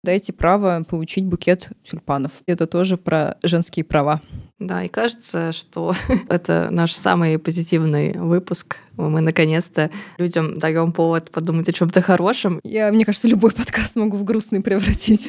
Дайте право получить букет тюльпанов. Это тоже про женские права. Да, и кажется, что это наш самый позитивный выпуск. Мы наконец-то людям даем повод подумать о чем-то хорошем. Мне кажется, любой подкаст могу в грустный превратить.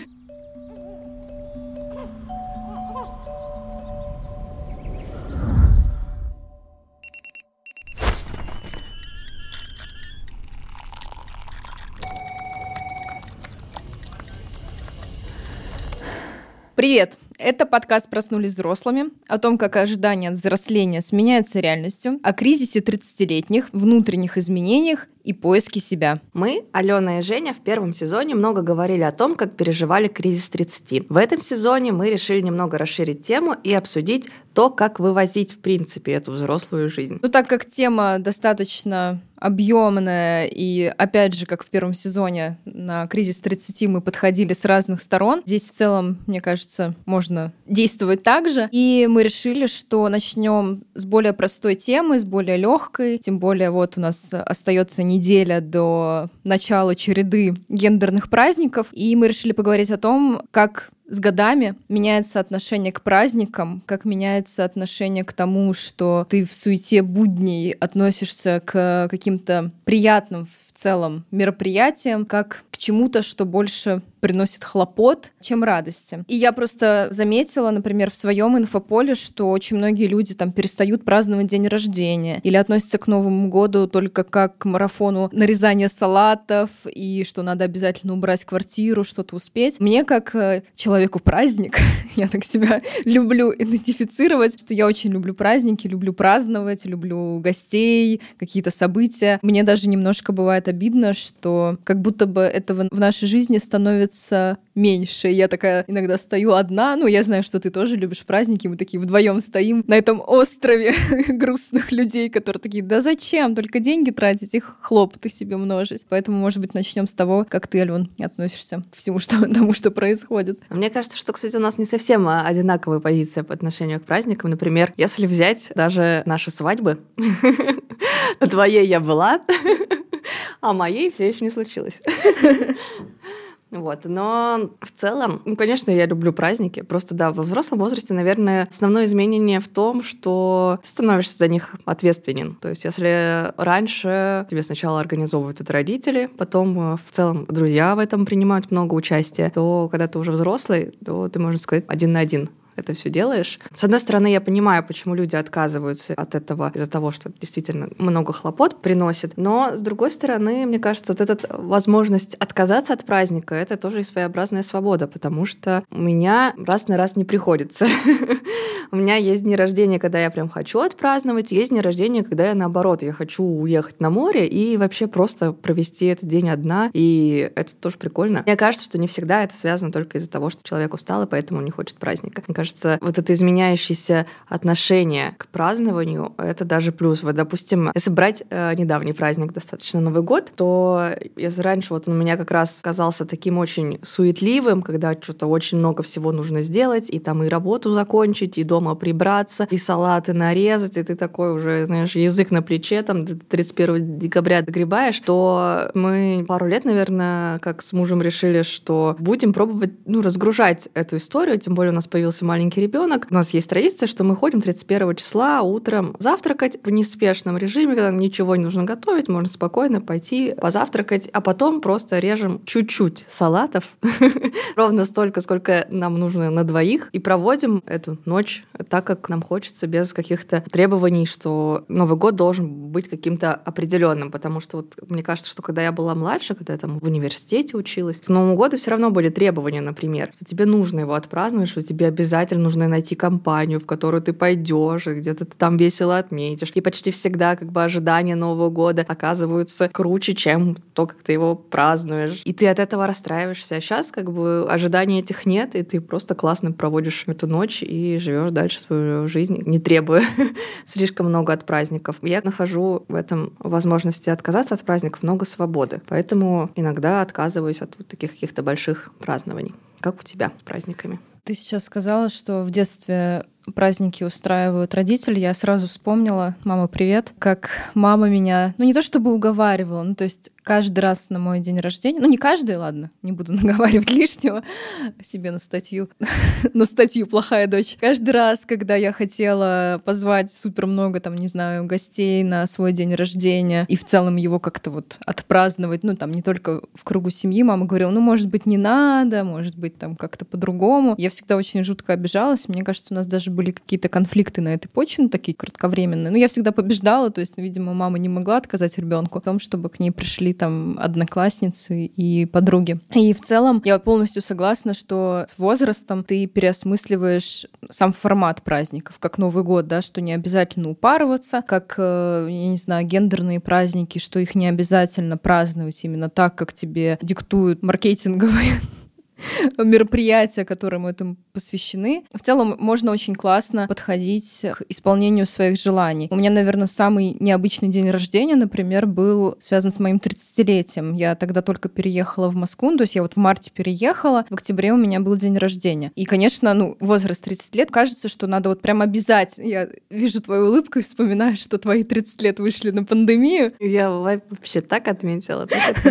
Привет! Это подкаст «Проснулись взрослыми», о том, как ожидание от взросления сменяется реальностью, о кризисе 30-летних, внутренних изменениях и поиске себя. Мы, Алена и Женя, в первом сезоне много говорили о том, как переживали кризис 30. В этом сезоне мы решили немного расширить тему и обсудить то, как вывозить, в принципе, эту взрослую жизнь. Так как тема достаточно объемная, и опять же, как в первом сезоне, на кризис 30 мы подходили с разных сторон, здесь в целом, мне кажется, можно действовать так же. И мы решили, что начнем с более простой темы, с более легкой. Тем более, вот у нас остается неделя до начала череды гендерных праздников, и мы решили поговорить о том, как с годами меняется отношение к праздникам, как меняется отношение к тому, что ты в суете будней относишься к каким-то приятным в целом мероприятиям, как к чему-то, что больше приносит хлопот, чем радости. И я просто заметила, например, в своем инфополе, что очень многие люди там перестают праздновать день рождения или относятся к Новому году только как к марафону нарезания салатов и что надо обязательно убрать квартиру, что-то успеть. Мне, как человеку праздник, я так себя люблю идентифицировать, что я очень люблю праздники, люблю праздновать, люблю гостей, какие-то события. Мне даже немножко бывает обидно, что как будто бы этого в нашей жизни становится меньше. Я такая иногда стою одна. Я знаю, что ты тоже любишь праздники. Мы такие вдвоем стоим на этом острове грустных людей, которые такие: да зачем? Только деньги тратить, их хлопоты себе множить. Поэтому, может быть, начнем с того, как ты, Ален, относишься к всему тому, что происходит. Мне кажется, что, кстати, у нас не совсем одинаковая позиция по отношению к праздникам. Например, если взять даже наши свадьбы, на твоей я была, а моей все еще не случилось. Но в целом, конечно, я люблю праздники. Просто, да, во взрослом возрасте, наверное, основное изменение в том, что ты становишься за них ответственен. То есть, если раньше тебе сначала организовывают это родители, потом в целом друзья в этом принимают много участия, то когда ты уже взрослый, то ты, можно сказать, один на один это все делаешь. С одной стороны, я понимаю, почему люди отказываются от этого из-за того, что действительно много хлопот приносит, но, с другой стороны, мне кажется, вот эта возможность отказаться от праздника — это тоже и своеобразная свобода, потому что у меня раз на раз не приходится. У меня есть дни рождения, когда я прям хочу отпраздновать, есть дни рождения, когда я, наоборот, я хочу уехать на море и вообще просто провести этот день одна, и это тоже прикольно. Мне кажется, что не всегда это связано только из-за того, что человек устал, и поэтому не хочет праздника. Мне кажется, вот это изменяющееся отношение к празднованию — это даже плюс. Вот, допустим, если брать недавний праздник, достаточно Новый год, то если раньше вот он у меня как раз казался таким очень суетливым, когда что-то очень много всего нужно сделать, и там и работу закончить, и дома прибраться, и салаты нарезать, и ты такой уже, знаешь, язык на плече, там, до 31 декабря догребаешь, то мы пару лет, наверное, как с мужем решили, что будем пробовать, разгружать эту историю, тем более у нас появился маленький ребенок. У нас есть традиция, что мы ходим 31 числа утром завтракать в неспешном режиме, когда ничего не нужно готовить, можно спокойно пойти позавтракать, а потом просто режем чуть-чуть салатов, ровно столько, сколько нам нужно на двоих, и проводим эту ночь так, как нам хочется, без каких-то требований, что Новый год должен быть каким-то определенным, потому что вот мне кажется, что когда я была младше, когда я там в университете училась, к Новому году все равно были требования, например, что тебе нужно его отпраздновать, что тебе обязательно нужно найти компанию, в которую ты пойдешь, и где-то ты там весело отметишь. И почти всегда ожидания Нового года оказываются круче, чем то, как ты его празднуешь. И ты от этого расстраиваешься. А сейчас ожиданий этих нет, и ты просто классно проводишь эту ночь и живешь дальше свою жизнь, не требуя слишком много от праздников. Я нахожу в этом возможности отказаться от праздников много свободы. Поэтому иногда отказываюсь от вот таких каких-то больших празднований. Как у тебя с праздниками? Ты сейчас сказала, что в детстве праздники устраивают родители, я сразу вспомнила, мама, привет, как мама меня, не то чтобы уговаривала, то есть каждый раз на мой день рождения, не каждый, ладно, не буду наговаривать лишнего себе на статью, на статью «Плохая дочь». Каждый раз, когда я хотела позвать супер много, не знаю, гостей на свой день рождения и в целом его как-то вот отпраздновать, не только в кругу семьи, мама говорила, может быть, не надо, может быть, как-то по-другому. Я всегда очень жутко обижалась. Мне кажется, у нас даже были какие-то конфликты на этой почве, такие кратковременные. Но я всегда побеждала, то есть, видимо, мама не могла отказать ребенку в том, чтобы к ней пришли одноклассницы и подруги. И в целом я полностью согласна, что с возрастом ты переосмысливаешь сам формат праздников, как Новый год, да, что не обязательно упарываться, как, я не знаю, гендерные праздники, что их не обязательно праздновать именно так, как тебе диктуют маркетинговые мероприятия, которым этому посвящены. В целом можно очень классно подходить к исполнению своих желаний. У меня, наверное, самый необычный день рождения, например, был связан с моим 30-летием. Я тогда только переехала в Москву, то есть я в марте переехала, в октябре у меня был день рождения. И, конечно, возраст 30 лет, кажется, что надо прям обязательно. Я вижу твою улыбку и вспоминаю, что твои 30 лет вышли на пандемию. Я вообще так отметила.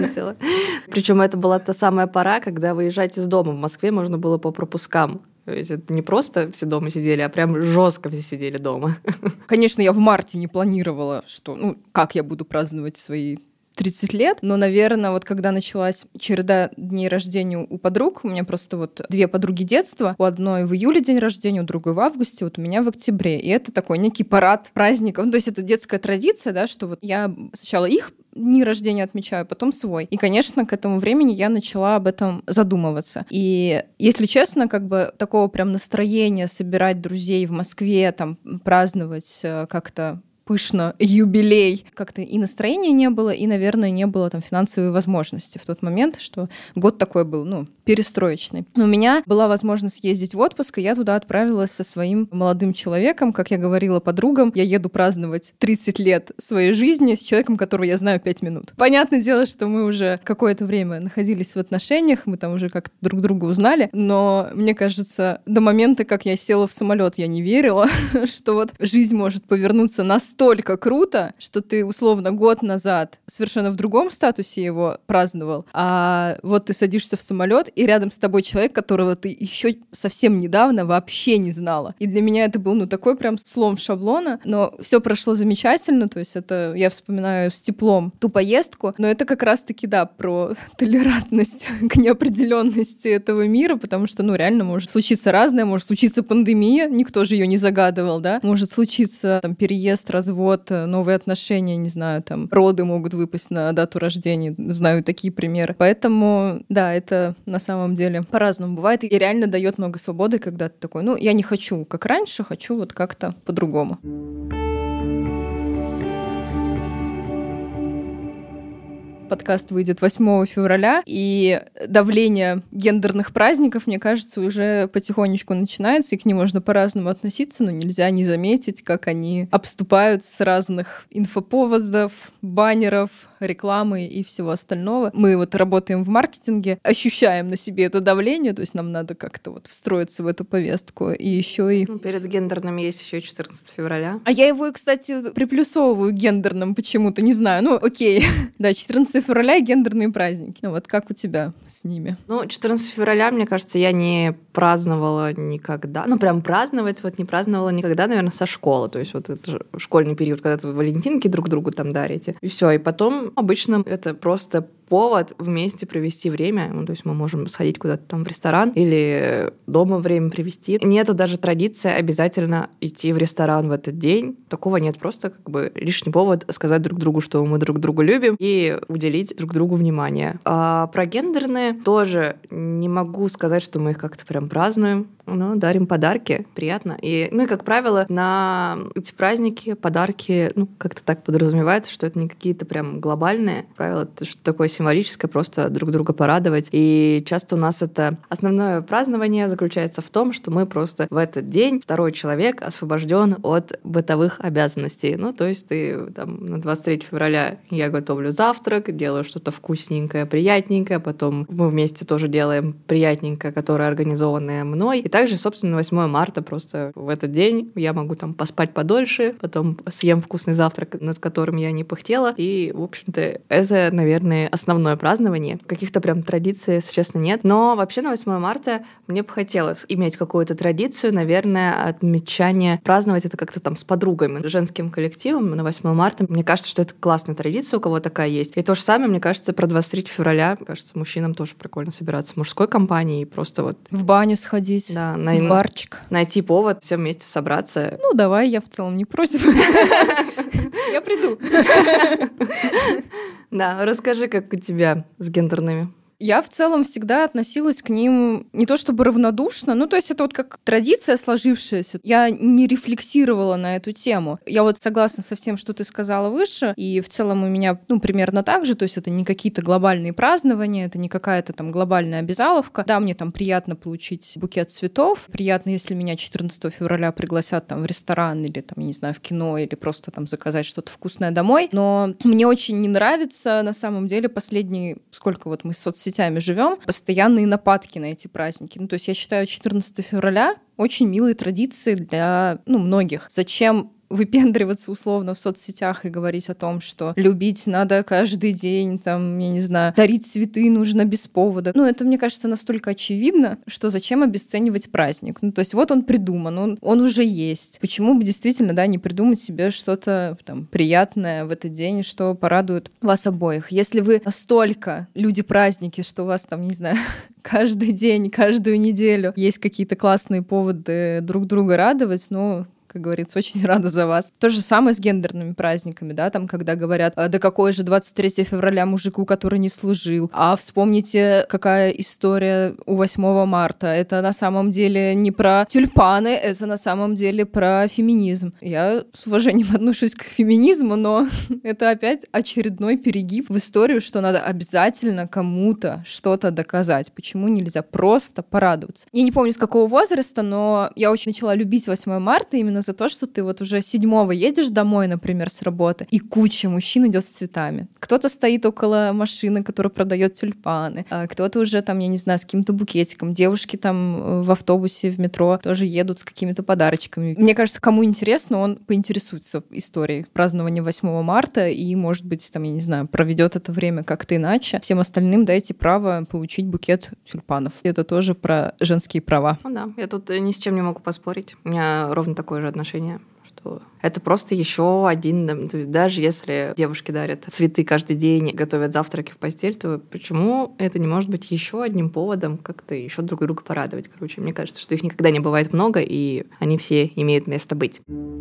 Причем это была та самая пора, когда выезжать из дома в Москве можно было по пропускам. То есть это не просто все дома сидели, а прям жестко все сидели дома. Конечно, я в марте не планировала, что, как я буду праздновать свои 30 лет, но, наверное, когда началась череда дней рождения у подруг, у меня просто две подруги детства, у одной в июле день рождения, у другой в августе, у меня в октябре, и это такой некий парад праздников, то есть это детская традиция, да, что я сначала их дни рождения отмечаю, потом свой. И, конечно, к этому времени я начала об этом задумываться. И, если честно, такого прям настроения собирать друзей в Москве, праздновать как-то пышно юбилей. Как-то и настроения не было, и, наверное, не было финансовой возможности в тот момент, что год такой был, перестроечный. У меня была возможность ездить в отпуск, и я туда отправилась со своим молодым человеком, как я говорила подругам, я еду праздновать 30 лет своей жизни с человеком, которого я знаю 5 минут. Понятное дело, что мы уже какое-то время находились в отношениях, мы уже как-то друг друга узнали, но мне кажется, до момента, как я села в самолет, я не верила, что жизнь может повернуться настолько круто, что ты условно год назад совершенно в другом статусе его праздновал, а ты садишься в самолет, и рядом с тобой человек, которого ты еще совсем недавно вообще не знала. И для меня это был такой прям слом шаблона, но все прошло замечательно, то есть это я вспоминаю с теплом ту поездку, но это как раз-таки, да, про толерантность к неопределенности этого мира, потому что, реально может случиться разное, может случиться пандемия, никто же ее не загадывал, да, может случиться переезд, развод, новые отношения, не знаю, роды могут выпасть на дату рождения, знаю такие примеры. Поэтому, да, это на самом деле по-разному бывает, и реально дает много свободы, когда ты такой, я не хочу как раньше, хочу как-то по-другому. Подкаст выйдет 8 февраля, и давление гендерных праздников, мне кажется, уже потихонечку начинается, и к ним можно по-разному относиться, но нельзя не заметить, как они обступают с разных инфоповодов, баннеров, рекламы и всего остального. Мы работаем в маркетинге, ощущаем на себе это давление, то есть нам надо как-то встроиться в эту повестку, и еще и... Перед гендерным есть еще 14 февраля. А я его, кстати, приплюсовываю гендерным почему-то, не знаю, окей. Да, 14 февраля и гендерные праздники. Как у тебя с ними? 14 февраля, мне кажется, я не праздновала никогда. Прям праздновать не праздновала никогда, наверное, со школы. То есть это же школьный период, когда вы валентинки друг другу дарите. И все. И потом обычно это просто повод вместе провести время. То есть мы можем сходить куда-то в ресторан или дома время провести. Нету даже традиции обязательно идти в ресторан в этот день. Такого нет. Просто лишний повод сказать друг другу, что мы друг друга любим, и уделить друг другу внимание. А про гендерные тоже не могу сказать, что мы их как-то прям празднуем. Но дарим подарки, приятно. И, как правило, на эти праздники подарки, как-то так подразумевается, что это не какие-то прям глобальные правила, это что-то такое символическое, просто друг друга порадовать. И часто у нас это основное празднование заключается в том, что мы просто в этот день второй человек освобожден от бытовых обязанностей. То есть ты на 23 февраля я готовлю завтрак, делаю что-то вкусненькое, приятненькое, потом мы вместе тоже делаем приятненькое, которое организованное мной, и также, собственно, 8 марта просто в этот день я могу там поспать подольше, потом съем вкусный завтрак, над которым я не пыхтела. И, в общем-то, это, наверное, основное празднование. Каких-то прям традиций, если честно, нет. Но вообще на 8 марта мне бы хотелось иметь какую-то традицию, наверное, отмечание, праздновать это как-то там с подругами, женским коллективом на 8 марта. Мне кажется, что это классная традиция, у кого такая есть. И то же самое, мне кажется, про 23 февраля. Кажется, мужчинам тоже прикольно собираться в мужской компании и просто вот... В баню сходить, да, в барчик. Найти повод, все вместе собраться. Ну, давай, я в целом не против. Я приду. Да, расскажи, как у тебя с гендерными. Я в целом всегда относилась к ним не то чтобы равнодушно, ну то есть это вот как традиция сложившаяся. Я не рефлексировала на эту тему. Я вот согласна со всем, что ты сказала выше, и в целом у меня примерно так же, то есть это не какие-то глобальные празднования, это не какая-то там глобальная обязаловка. Да, мне там приятно получить букет цветов, приятно, если меня 14 февраля пригласят там в ресторан или там, я не знаю, в кино, или просто там заказать что-то вкусное домой, но мне очень не нравится на самом деле последние, сколько вот мы с соцсетями живем, постоянные нападки на эти праздники. Ну, то есть я считаю 14 февраля очень милой традицией для многих. Зачем выпендриваться условно в соцсетях и говорить о том, что любить надо каждый день, там, я не знаю, дарить цветы нужно без повода. Это, мне кажется, настолько очевидно, что зачем обесценивать праздник. То есть вот он придуман, он уже есть. Почему бы действительно, не придумать себе что-то там приятное в этот день, что порадует вас обоих. Если вы настолько люди-праздники, что у вас там, не знаю, каждый день, каждую неделю есть какие-то классные поводы друг друга радовать, как говорится, очень рада за вас. То же самое с гендерными праздниками, там, когда говорят, да какой же 23 февраля мужику, который не служил, а вспомните, какая история у 8 марта. Это на самом деле не про тюльпаны, это на самом деле про феминизм. Я с уважением отношусь к феминизму, но это опять очередной перегиб в историю, что надо обязательно кому-то что-то доказать. Почему нельзя просто порадоваться? Я не помню, с какого возраста, но я очень начала любить 8 марта именно за то, что ты вот уже 7-го едешь домой, например, с работы, и куча мужчин идет с цветами. Кто-то стоит около машины, которая продает тюльпаны, а кто-то уже там, я не знаю, с каким-то букетиком. Девушки там в автобусе, в метро тоже едут с какими-то подарочками. Мне кажется, кому интересно, он поинтересуется историей празднования 8 марта и, может быть, там, я не знаю, проведет это время как-то иначе. Всем остальным дайте право получить букет тюльпанов. Это тоже про женские права. Да, я тут ни с чем не могу поспорить. У меня ровно такое же отношение, что это просто еще один, даже если девушки дарят цветы каждый день, готовят завтраки в постель, то почему это не может быть еще одним поводом как-то еще друг друга порадовать? Короче, мне кажется, что их никогда не бывает много, и они все имеют место быть.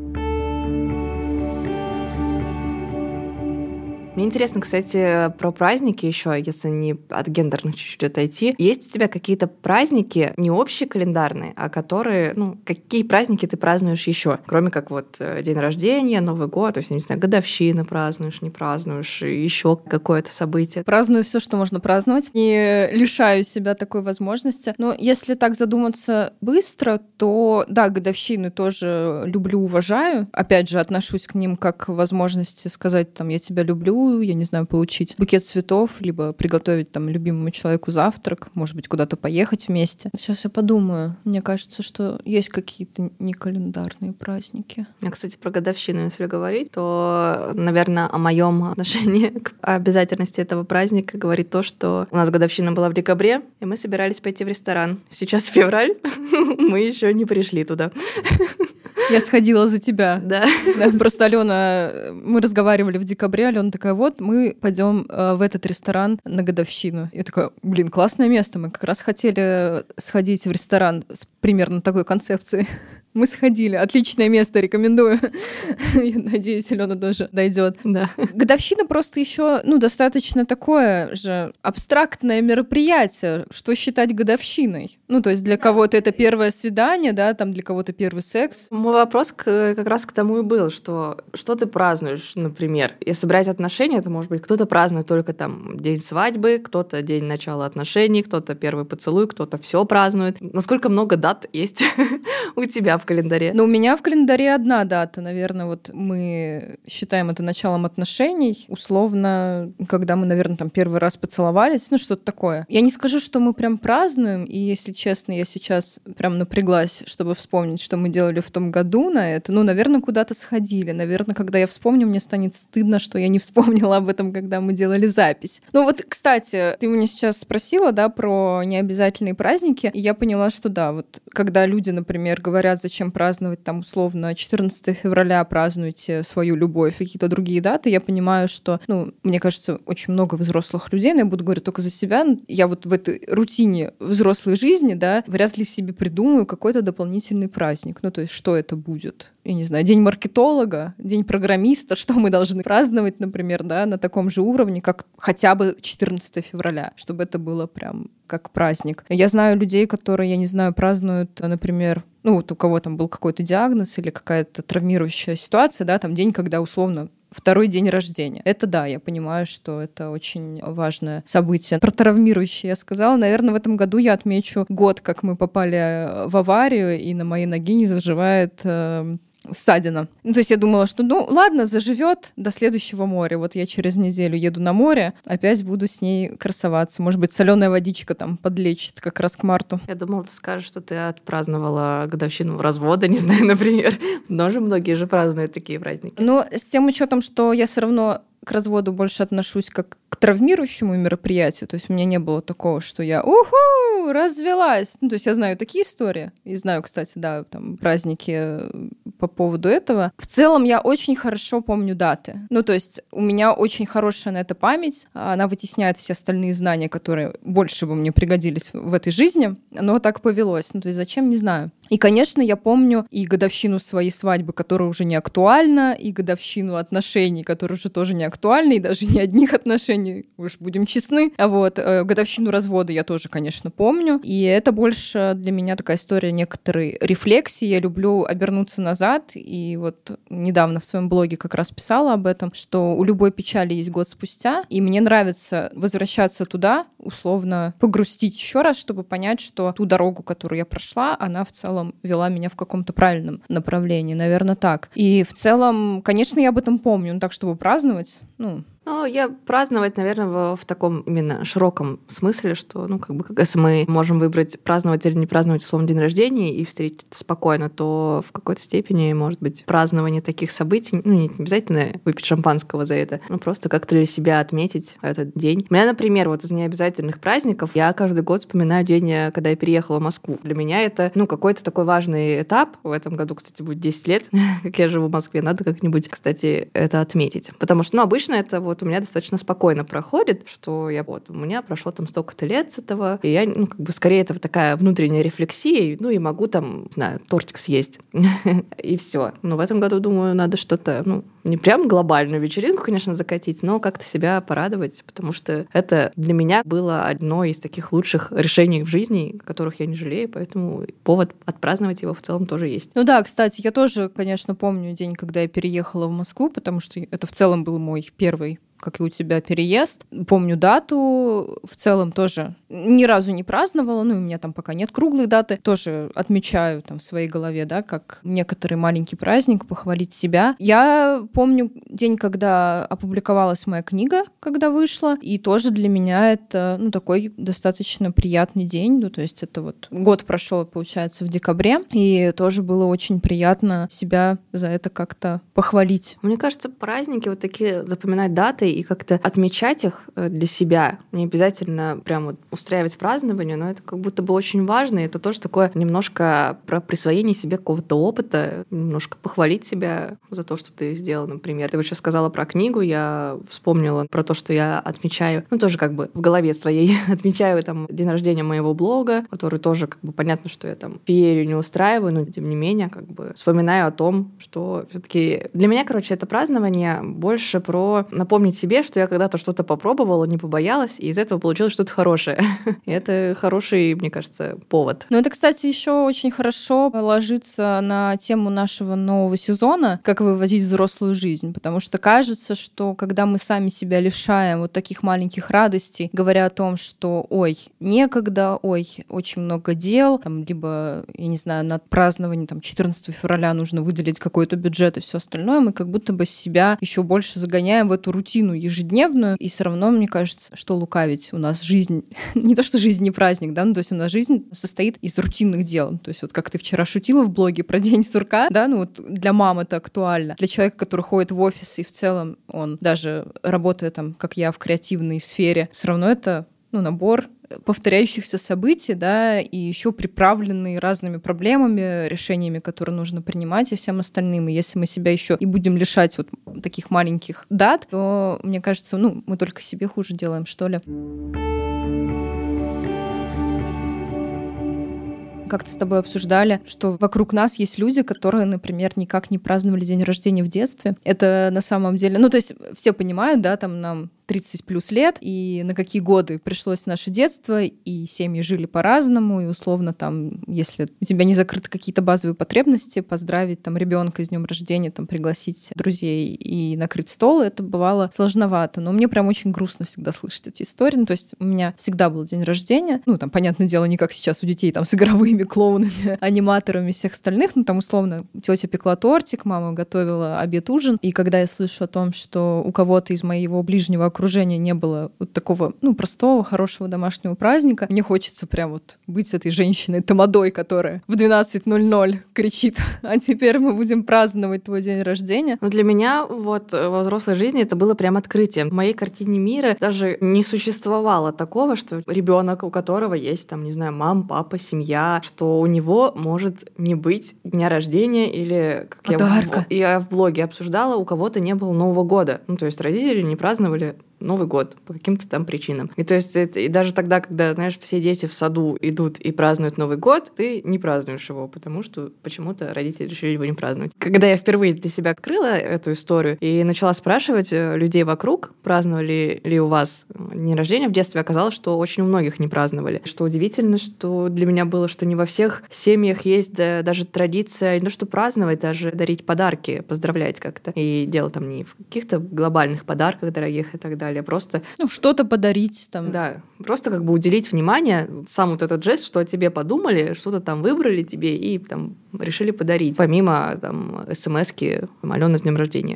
Мне интересно, кстати, про праздники еще, если не от гендерных чуть-чуть отойти. Есть у тебя какие-то праздники, не общие календарные, а которые, какие праздники ты празднуешь еще? Кроме как вот день рождения, Новый год, то есть, я не знаю, годовщины празднуешь, не празднуешь, еще какое-то событие. Праздную все, что можно праздновать. Не лишаю себя такой возможности. Но если так задуматься быстро, то, да, годовщины тоже люблю, уважаю. Опять же, отношусь к ним как к возможности сказать, там, я тебя люблю, я не знаю, получить букет цветов, либо приготовить там любимому человеку завтрак, может быть, куда-то поехать вместе. Сейчас я подумаю. Мне кажется, что есть какие-то некалендарные праздники. А, кстати, про годовщину, если говорить, то, наверное, о моем отношении к обязательности этого праздника говорит то, что у нас годовщина была в декабре, и мы собирались пойти в ресторан. Сейчас февраль, мы еще не пришли туда. Я сходила за тебя. Да. Просто Алена, мы разговаривали в декабре, Алена такая, вот, мы пойдем в этот ресторан на годовщину. Я такая, классное место, мы как раз хотели сходить в ресторан с примерно такой концепцией. Мы сходили. Отличное место, рекомендую. Я надеюсь, Алена тоже дойдет. Да. Годовщина просто еще, достаточно такое же абстрактное мероприятие, что считать годовщиной. То есть для кого-то это первое свидание, да, там для кого-то первый секс. Мой вопрос как раз к тому и был, что ты празднуешь, например. Если брать отношения, это может быть кто-то празднует только там день свадьбы, кто-то день начала отношений, кто-то первый поцелуй, кто-то все празднует. Насколько много дат есть у тебя в календаре? Но у меня в календаре одна дата. Наверное, вот мы считаем это началом отношений. Условно, когда мы, наверное, там первый раз поцеловались, ну, что-то такое. Я не скажу, что мы прям празднуем, и, если честно, я сейчас прям напряглась, чтобы вспомнить, что мы делали в том году на это. Ну, наверное, куда-то сходили. Наверное, когда я вспомню, мне станет стыдно, что я не вспомнила об этом, когда мы делали запись. Ну вот, кстати, ты меня сейчас спросила, да, про необязательные праздники, и я поняла, что да, вот когда люди, например, говорят, зачем праздновать там условно 14 февраля, празднуйте свою любовь, какие-то другие даты, я понимаю, что, ну, мне кажется, очень много взрослых людей, но я буду говорить только за себя, я вот в этой рутине взрослой жизни, да, вряд ли себе придумаю какой-то дополнительный праздник. Ну, то есть, что это будет? Я не знаю, день маркетолога, день программиста, что мы должны праздновать, например, да, на таком же уровне, как хотя бы 14 февраля, чтобы это было прям как праздник. Я знаю людей, которые, я не знаю, празднуют, например, ну, вот у кого там был какой-то диагноз или какая-то травмирующая ситуация, да, там день, когда условно второй день рождения. Это да, я понимаю, что это очень важное событие. Про травмирующее я сказала. Наверное, в этом году я отмечу год, как мы попали в аварию, и на моей ноге не заживает ссадина. Ну, то есть я думала, что, ну, ладно, заживет до следующего моря. Вот я через неделю еду на море, опять буду с ней красоваться. Может быть, соленая водичка там подлечит как раз к марту. Я думала, ты скажешь, что ты отпраздновала годовщину развода, не знаю, например. Но же многие же празднуют такие праздники. Но с тем учетом, что я все равно к разводу больше отношусь как к травмирующему мероприятию. То есть у меня не было такого, что я развелась. Ну, то есть я знаю такие истории. И знаю, кстати, да, там праздники по поводу этого. В целом я очень хорошо помню даты. Ну, то есть у меня очень хорошая на это память. Она вытесняет все остальные знания, которые больше бы мне пригодились в этой жизни. Но так повелось. Ну, то есть зачем, не знаю. И, конечно, я помню и годовщину своей свадьбы, которая уже не актуальна, и годовщину отношений, которая уже тоже не актуальна, и даже не одних отношений, уж будем честны. А вот годовщину развода я тоже, конечно, помню. И это больше для меня такая история некоторой рефлексии. Я люблю обернуться назад, и вот недавно в своем блоге как раз писала об этом, что у любой печали есть год спустя, и мне нравится возвращаться туда, условно погрустить еще раз, чтобы понять, что ту дорогу, которую я прошла, она в целом вела меня в каком-то правильном направлении, наверное, так. И в целом, конечно, я об этом помню, но так, чтобы праздновать, ну... Ну, я праздновать, наверное, в таком именно широком смысле, что, ну, как бы, если мы можем выбрать праздновать или не праздновать, условно, день рождения и встретить это спокойно, то в какой-то степени, может быть, празднование таких событий, ну, не обязательно выпить шампанского за это, ну, просто как-то для себя отметить этот день. У меня, например, вот из необязательных праздников я каждый год вспоминаю день, когда я переехала в Москву. Для меня это, ну, какой-то такой важный этап. В этом году, кстати, будет 10 лет, как я живу в Москве. Надо как-нибудь, кстати, это отметить. Потому что, ну, обычно это вот у меня достаточно спокойно проходит, что я вот, у меня прошло там столько-то лет с этого, и я, ну, как бы, скорее, это такая внутренняя рефлексия, ну, и могу там, не знаю, тортик съесть, и все. Но в этом году, думаю, надо что-то, ну, не прям глобальную вечеринку, конечно, закатить, но как-то себя порадовать, потому что это для меня было одно из таких лучших решений в жизни, которых я не жалею, поэтому повод отпраздновать его в целом тоже есть. Ну да, кстати, я тоже, конечно, помню день, когда я переехала в Москву, потому что это в целом был мой первый, как и у тебя, переезд. Помню дату, в целом тоже ни разу не праздновала, ну, у меня там пока нет круглой даты, тоже отмечаю там в своей голове, да, как некоторый маленький праздник, похвалить себя. Я помню день, когда опубликовалась моя книга, когда вышла, и тоже для меня это, ну, такой достаточно приятный день, ну, то есть это вот год прошел, получается, в декабре, и тоже было очень приятно себя за это как-то похвалить. Мне кажется, праздники вот такие, запоминать даты и как-то отмечать их для себя. Не обязательно прям вот устраивать празднование, но это как будто бы очень важно. И это тоже такое немножко про присвоение себе какого-то опыта, немножко похвалить себя за то, что ты сделал, например. Ты вот сейчас сказала про книгу, я вспомнила про то, что я отмечаю, ну тоже как бы в голове своей отмечаю там день рождения моего блога, который тоже как бы понятно, что я там феерию не устраиваю, но тем не менее как бы вспоминаю о том, что все-таки для меня, короче, это празднование больше про напомнить себе, что я когда-то что-то попробовала, не побоялась, и из этого получилось что-то хорошее. И это хороший, мне кажется, повод. Ну, это, кстати, еще очень хорошо ложится на тему нашего нового сезона, как вывозить взрослую жизнь, потому что кажется, что когда мы сами себя лишаем вот таких маленьких радостей, говоря о том, что ой, некогда, ой, очень много дел, там, либо, я не знаю, на празднование там, 14 февраля нужно выделить какой-то бюджет и все остальное, мы как будто бы себя еще больше загоняем в эту рутину ежедневную, и все равно, мне кажется, что лукавить, у нас жизнь, не то, что жизнь не праздник, да, ну, то есть у нас жизнь состоит из рутинных дел, то есть вот как ты вчера шутила в блоге про День сурка, да, ну вот для мам это актуально, для человека, который ходит в офис и в целом он даже работает там, как я, в креативной сфере, все равно это, ну, набор повторяющихся событий, да, и еще приправленные разными проблемами, решениями, которые нужно принимать, и всем остальным. И если мы себя еще и будем лишать вот таких маленьких дат, то, мне кажется, ну, мы только себе хуже делаем, что ли. Как-то с тобой обсуждали, что вокруг нас есть люди, которые, например, никак не праздновали день рождения в детстве. Это на самом деле... Ну, то есть все понимают, да, там нам 30 плюс лет, и на какие годы пришлось наше детство, и семьи жили по-разному, и условно там, если у тебя не закрыты какие-то базовые потребности, поздравить там ребенка с днем рождения, там пригласить друзей и накрыть стол, это бывало сложновато. Но мне прям очень грустно всегда слышать эти истории. Ну, то есть у меня всегда был день рождения, ну, там, понятное дело, не как сейчас у детей, там, с игровыми клоунами, аниматорами и всех остальных, ну, там, условно, тетя пекла тортик, мама готовила обед-ужин, и когда я слышу о том, что у кого-то из моего ближнего окружения не было вот такого, ну, простого, хорошего домашнего праздника, мне хочется прям вот быть с этой женщиной тамадой, которая в 12:00 кричит: а теперь мы будем праздновать твой день рождения. Но для меня вот во взрослой жизни это было прям открытием. В моей картине мира даже не существовало такого, что ребенок, у которого есть там, не знаю, мама, папа, семья, что у него может не быть дня рождения или, как подарка. Я в блоге обсуждала, у кого-то не было Нового года. Ну, то есть родители не праздновали Новый год по каким-то там причинам. И то есть и даже тогда, когда, знаешь, все дети в саду идут и празднуют Новый год, ты не празднуешь его, потому что почему-то родители решили его не праздновать. Когда я впервые для себя открыла эту историю и начала спрашивать людей вокруг, праздновали ли у вас день рождения в детстве, оказалось, что очень у многих не праздновали. Что удивительно, что для меня было, что не во всех семьях есть даже традиция не то что праздновать, даже дарить подарки, поздравлять как-то. И дело там не в каких-то глобальных подарках дорогих и так далее, просто... Ну, что-то подарить там. Да, просто как бы уделить внимание, сам вот этот жест, что о тебе подумали, что-то там выбрали тебе и там решили подарить. Помимо там смс-ки «Алена, с днем рождения».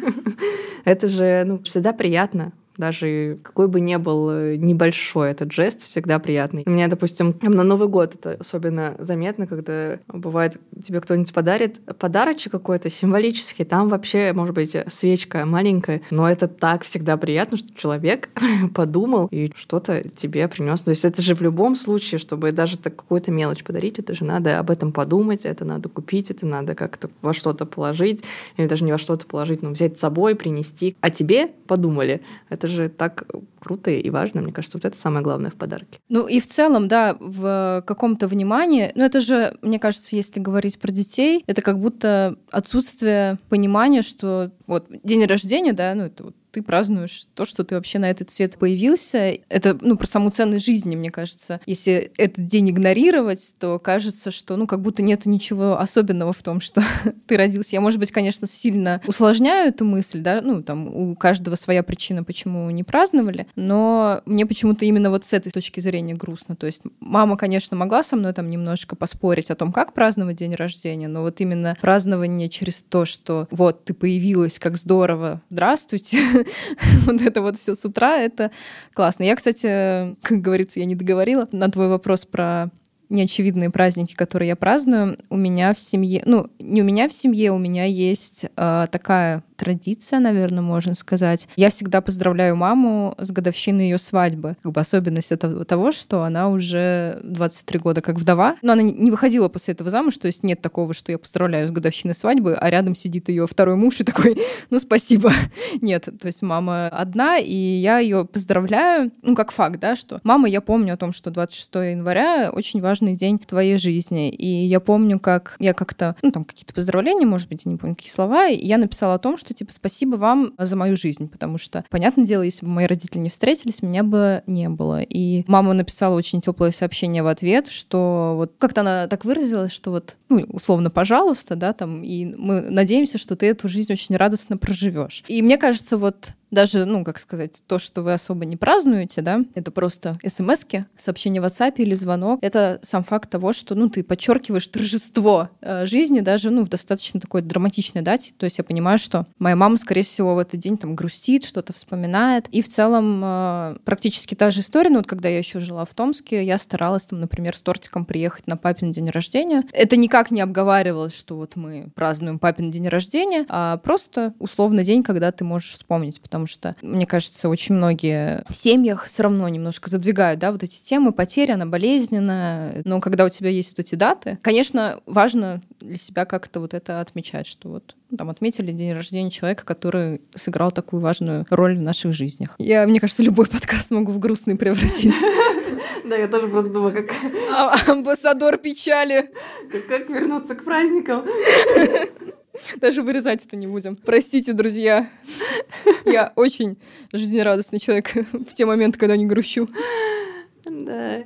Это же, ну, всегда приятно. Даже какой бы ни был небольшой этот жест, всегда приятный. У меня, допустим, на Новый год это особенно заметно, когда бывает, тебе кто-нибудь подарит подарочек какой-то символический, там вообще, может быть, свечка маленькая, но это так всегда приятно, что человек подумал и что-то тебе принес. То есть это же в любом случае, чтобы даже какую-то мелочь подарить, это же надо об этом подумать, это надо купить, это надо как-то во что-то положить, или даже не во что-то положить, но взять с собой, принести. А тебе подумали. Это же так круто и важно. Мне кажется, вот это самое главное в подарке. Ну и в целом, да, в каком-то внимании, ну это же, мне кажется, если говорить про детей, это как будто отсутствие понимания, что вот день рождения, да, ну это вот ты празднуешь то, что ты вообще на этот свет появился. Это, ну, про саму ценность жизни, мне кажется. Если этот день игнорировать, то кажется, что, ну, как будто нет ничего особенного в том, что ты родился. Я, может быть, конечно, сильно усложняю эту мысль, да, ну, там, у каждого своя причина, почему не праздновали, но мне почему-то именно вот с этой точки зрения грустно. То есть мама, конечно, могла со мной там немножко поспорить о том, как праздновать день рождения, но вот именно празднование через то, что вот ты появилась, как здорово, здравствуйте, вот это вот все с утра, это классно. Я, кстати, как говорится, я не договорила на твой вопрос про неочевидные праздники, которые я праздную. У меня в семье, ну, не у меня в семье, у меня есть такая традиция, наверное, можно сказать. Я всегда поздравляю маму с годовщиной ее свадьбы. Как бы особенность это того, что она уже 23 года как вдова. Но она не выходила после этого замуж, то есть нет такого, что я поздравляю с годовщиной свадьбы, а рядом сидит ее второй муж и такой: ну, спасибо. Нет, то есть мама одна, и я ее поздравляю, ну, как факт, да, что мама, я помню о том, что 26 января очень важный день в твоей жизни. И я помню, как я как-то, ну, там какие-то поздравления, может быть, я не помню, какие слова, и я написала о том, что что, типа, спасибо вам за мою жизнь, потому что, понятное дело, если бы мои родители не встретились, меня бы не было. И мама написала очень теплое сообщение в ответ, что вот как-то она так выразилась, что вот, ну, условно, пожалуйста, да, там, и мы надеемся, что ты эту жизнь очень радостно проживешь. И мне кажется, вот даже, ну, как сказать, то, что вы особо не празднуете, да, это просто смс-ки, сообщение в WhatsApp или звонок. Это сам факт того, что, ну, ты подчеркиваешь торжество жизни даже, ну, в достаточно такой драматичной дате. То есть я понимаю, что моя мама, скорее всего, в этот день там грустит, что-то вспоминает. И в целом практически та же история. Но вот когда я еще жила в Томске, я старалась там, например, с тортиком приехать на папин день рождения. Это никак не обговаривалось, что вот мы празднуем папин день рождения, а просто условно день, когда ты можешь вспомнить, потому что, мне кажется, очень многие в семьях все равно немножко задвигают, да, вот эти темы, потеря, она болезненная, но когда у тебя есть вот эти даты, конечно, важно для себя как-то вот это отмечать, что вот там отметили день рождения человека, который сыграл такую важную роль в наших жизнях. Я, мне кажется, любой подкаст могу в грустный превратить. Да, я тоже просто думаю, как... Амбассадор печали. Как вернуться к праздникам. Даже вырезать это не будем. Простите, друзья. Я очень жизнерадостный человек в те моменты, когда не грущу. Да.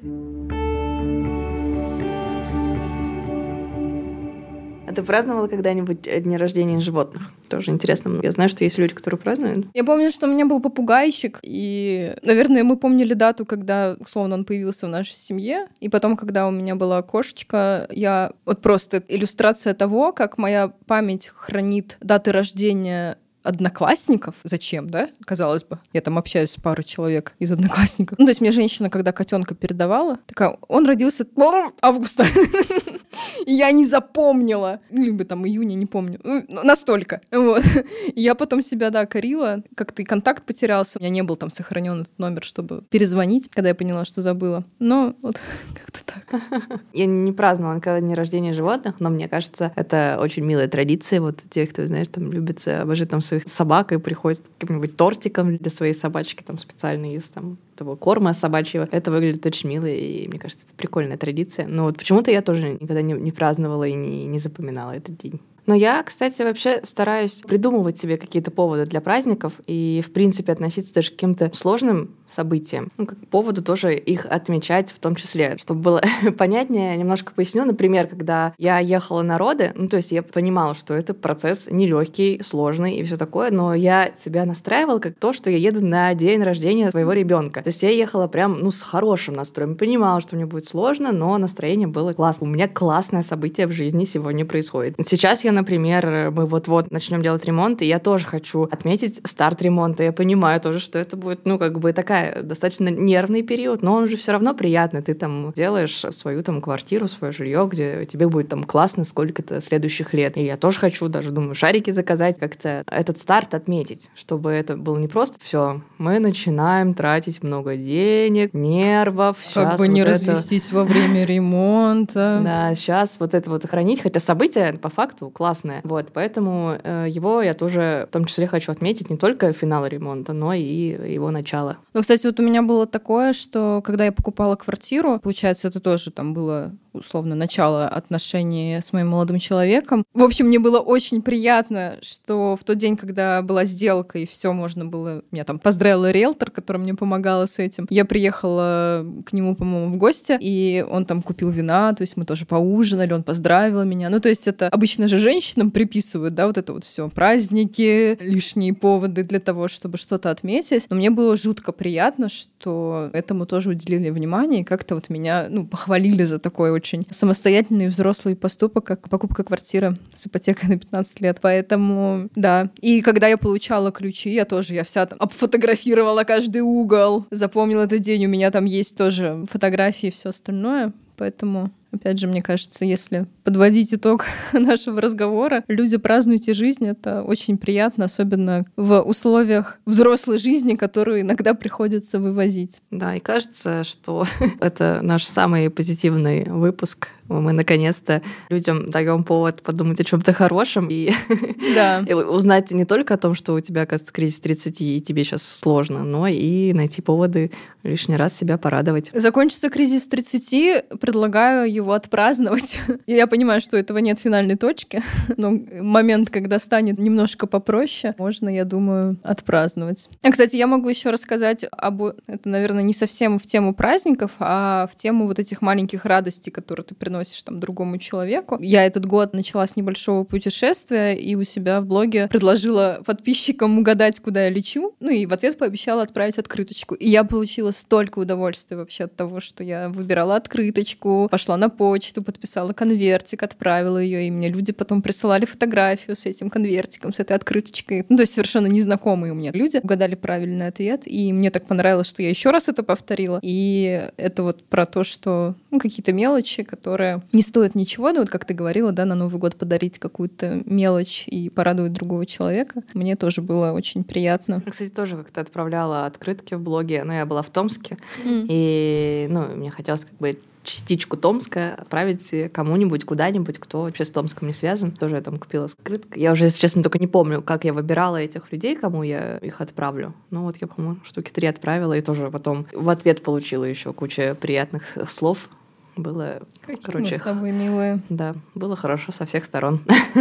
А ты праздновала когда-нибудь дни рождения животных? Тоже интересно. Я знаю, что есть люди, которые празднуют. Я помню, что у меня был попугайчик, и, наверное, мы помнили дату, когда, условно, он появился в нашей семье. И потом, когда у меня была кошечка, я... Вот просто иллюстрация того, как моя память хранит даты рождения одноклассников. Зачем, да? Казалось бы. Я там общаюсь с парой человек из одноклассников. Ну, то есть мне женщина, когда котенка передавала, такая, он родился августа. И я не запомнила. Либо там июня, не помню. Ну, настолько. Вот. И я потом себя, да, корила. Как-то и контакт потерялся. У меня не был там сохранен этот номер, чтобы перезвонить, когда я поняла, что забыла. Но вот как-то так. Я не праздновала никогда дни рождения животных, но мне кажется, это очень милая традиция. Вот тех, кто, знаешь, там любит обожить там своих собак и приходит с каким-нибудь тортиком для своей собачки, там специально из там того корма собачьего. Это выглядит очень мило, и мне кажется, это прикольная традиция. Но вот почему-то я тоже никогда не праздновала и не запоминала этот день. Но я, кстати, вообще стараюсь придумывать себе какие-то поводы для праздников и, в принципе, относиться даже к каким-то сложным событиям, ну, как к поводу тоже их отмечать в том числе. Чтобы было понятнее, немножко поясню. Например, когда я ехала на роды, ну, то есть я понимала, что это процесс нелегкий, сложный и все такое, но я себя настраивала как то, что я еду на день рождения своего ребенка. То есть я ехала прям, ну, с хорошим настроем. Понимала, что мне будет сложно, но настроение было классно. У меня классное событие в жизни сегодня происходит. Сейчас я, например, мы вот-вот начнем делать ремонт, и я тоже хочу отметить старт ремонта. Я понимаю тоже, что это будет, ну, как бы такая достаточно нервный период, но он же все равно приятный. Ты там делаешь свою там квартиру, свое жилье, где тебе будет там классно сколько-то следующих лет. И я тоже хочу даже, думаю, шарики заказать, как-то этот старт отметить, чтобы это было не просто все. Мы начинаем тратить много денег, нервов. Как бы не развестись во время ремонта. Да, сейчас вот это вот хранить, хотя событие по факту классное. Вот, поэтому его я тоже в том числе хочу отметить не только финал ремонта, но и его начало. Ну, кстати, вот у меня было такое, что когда я покупала квартиру, получается, это тоже там было условно начало отношений с моим молодым человеком. В общем, мне было очень приятно, что в тот день, когда была сделка и все можно было... Меня там поздравила риэлтор, которая мне помогала с этим. Я приехала к нему, по-моему, в гости, и он там купил вина, то есть мы тоже поужинали, он поздравил меня. Ну, то есть это обычно же женщинам приписывают, да, вот это вот все праздники, лишние поводы для того, чтобы что-то отметить. Но мне было жутко приятно, что этому тоже уделили внимание, и как-то вот меня, ну, похвалили за такой очень самостоятельный взрослый поступок, как покупка квартиры с ипотекой на 15 лет. Поэтому, да. И когда я получала ключи, я вся там обфотографировала каждый угол, запомнила этот день, у меня там есть тоже фотографии и все остальное. Поэтому, опять же, мне кажется, если подводить итог нашего разговора, люди, празднуйте жизнь, это очень приятно, особенно в условиях взрослой жизни, которую иногда приходится вывозить. Да, и кажется, что это наш самый позитивный выпуск Мы наконец-то людям даем повод подумать о чем-то хорошем и узнать не только о том, что у тебя, оказывается, кризис 30 и тебе сейчас сложно, но и найти поводы лишний раз себя порадовать. Закончится кризис 30, предлагаю его отпраздновать. Я понимаю, что этого нет финальной точки, но момент, когда станет немножко попроще, можно, я думаю, отпраздновать. Кстати, я могу еще рассказать это, наверное, не совсем в тему праздников, а в тему вот этих маленьких радостей, которые ты приносишь там другому человеку. Я этот год начала с небольшого путешествия и у себя в блоге предложила подписчикам угадать, куда я лечу, и в ответ пообещала отправить открыточку. И я получила столько удовольствия вообще от того, что я выбирала открыточку, пошла на почту, подписала конвертик, отправила ее, и мне люди потом присылали фотографию с этим конвертиком, с этой открыточкой. То есть совершенно незнакомые у меня люди угадали правильный ответ, и мне так понравилось, что я еще раз это повторила. И это вот про то, что какие-то мелочи, которые не стоят ничего, вот как ты говорила, на Новый год подарить какую-то мелочь и порадовать другого человека. Мне тоже было очень приятно. Я, кстати, тоже как-то отправляла открытки в блоге, но я была в Томске, и мне хотелось частичку Томска отправить кому-нибудь, куда-нибудь, кто вообще с Томском не связан. Тоже я там купила открытку. Я уже, если честно, только не помню, как я выбирала этих людей, кому я их отправлю. Я, по-моему, штуки 3 отправила, и тоже потом в ответ получила еще кучу приятных слов. Было, какие мы с тобой милые. Да, было хорошо со всех сторон.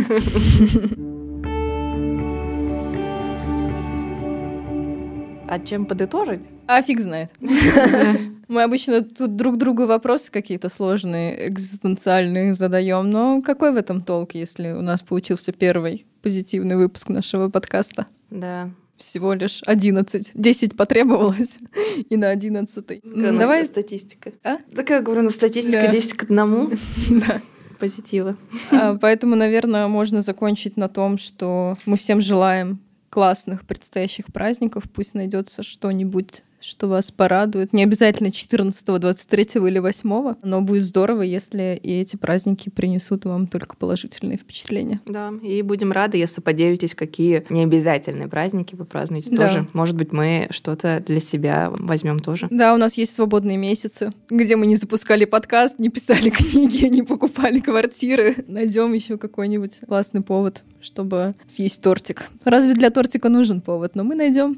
А чем подытожить? А фиг знает. Мы обычно тут друг другу вопросы какие-то сложные, экзистенциальные задаем, но какой в этом толк, если у нас получился первый позитивный выпуск нашего подкаста? Да. Всего лишь 11. 10 потребовалось, и на 11-й. Давай статистика. Такая, говорю, статистика 10 к 1. Да. Позитива. Поэтому, наверное, можно закончить на том, что мы всем желаем классных предстоящих праздников. Пусть найдется что-нибудь, что вас порадует. Не обязательно 14, 23 или 8, но будет здорово, если и эти праздники принесут вам только положительные впечатления. Да, и будем рады, если поделитесь, какие необязательные праздники вы празднуете тоже. Может быть, мы что-то для себя возьмем тоже. Да, у нас есть свободные месяцы, где мы не запускали подкаст, не писали книги, не покупали квартиры. Найдем еще какой-нибудь классный повод, чтобы съесть тортик. Разве для тортика нужен повод? Но мы найдем.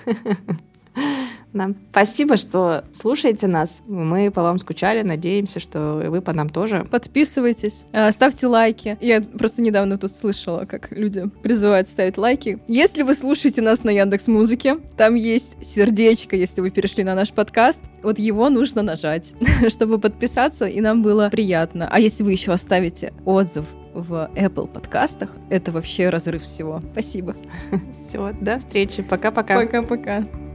Да. Спасибо, что слушаете нас. Мы по вам скучали, надеемся, что вы по нам тоже. Подписывайтесь, ставьте лайки. Я просто недавно тут слышала, как люди призывают ставить лайки. Если вы слушаете нас на Яндекс.Музыке, там есть сердечко, если вы перешли на наш подкаст. Вот его нужно нажать, чтобы подписаться, и нам было приятно. А если вы еще оставите отзыв в Apple подкастах, это вообще разрыв всего. Спасибо. Все, до встречи. Пока-пока. Пока-пока.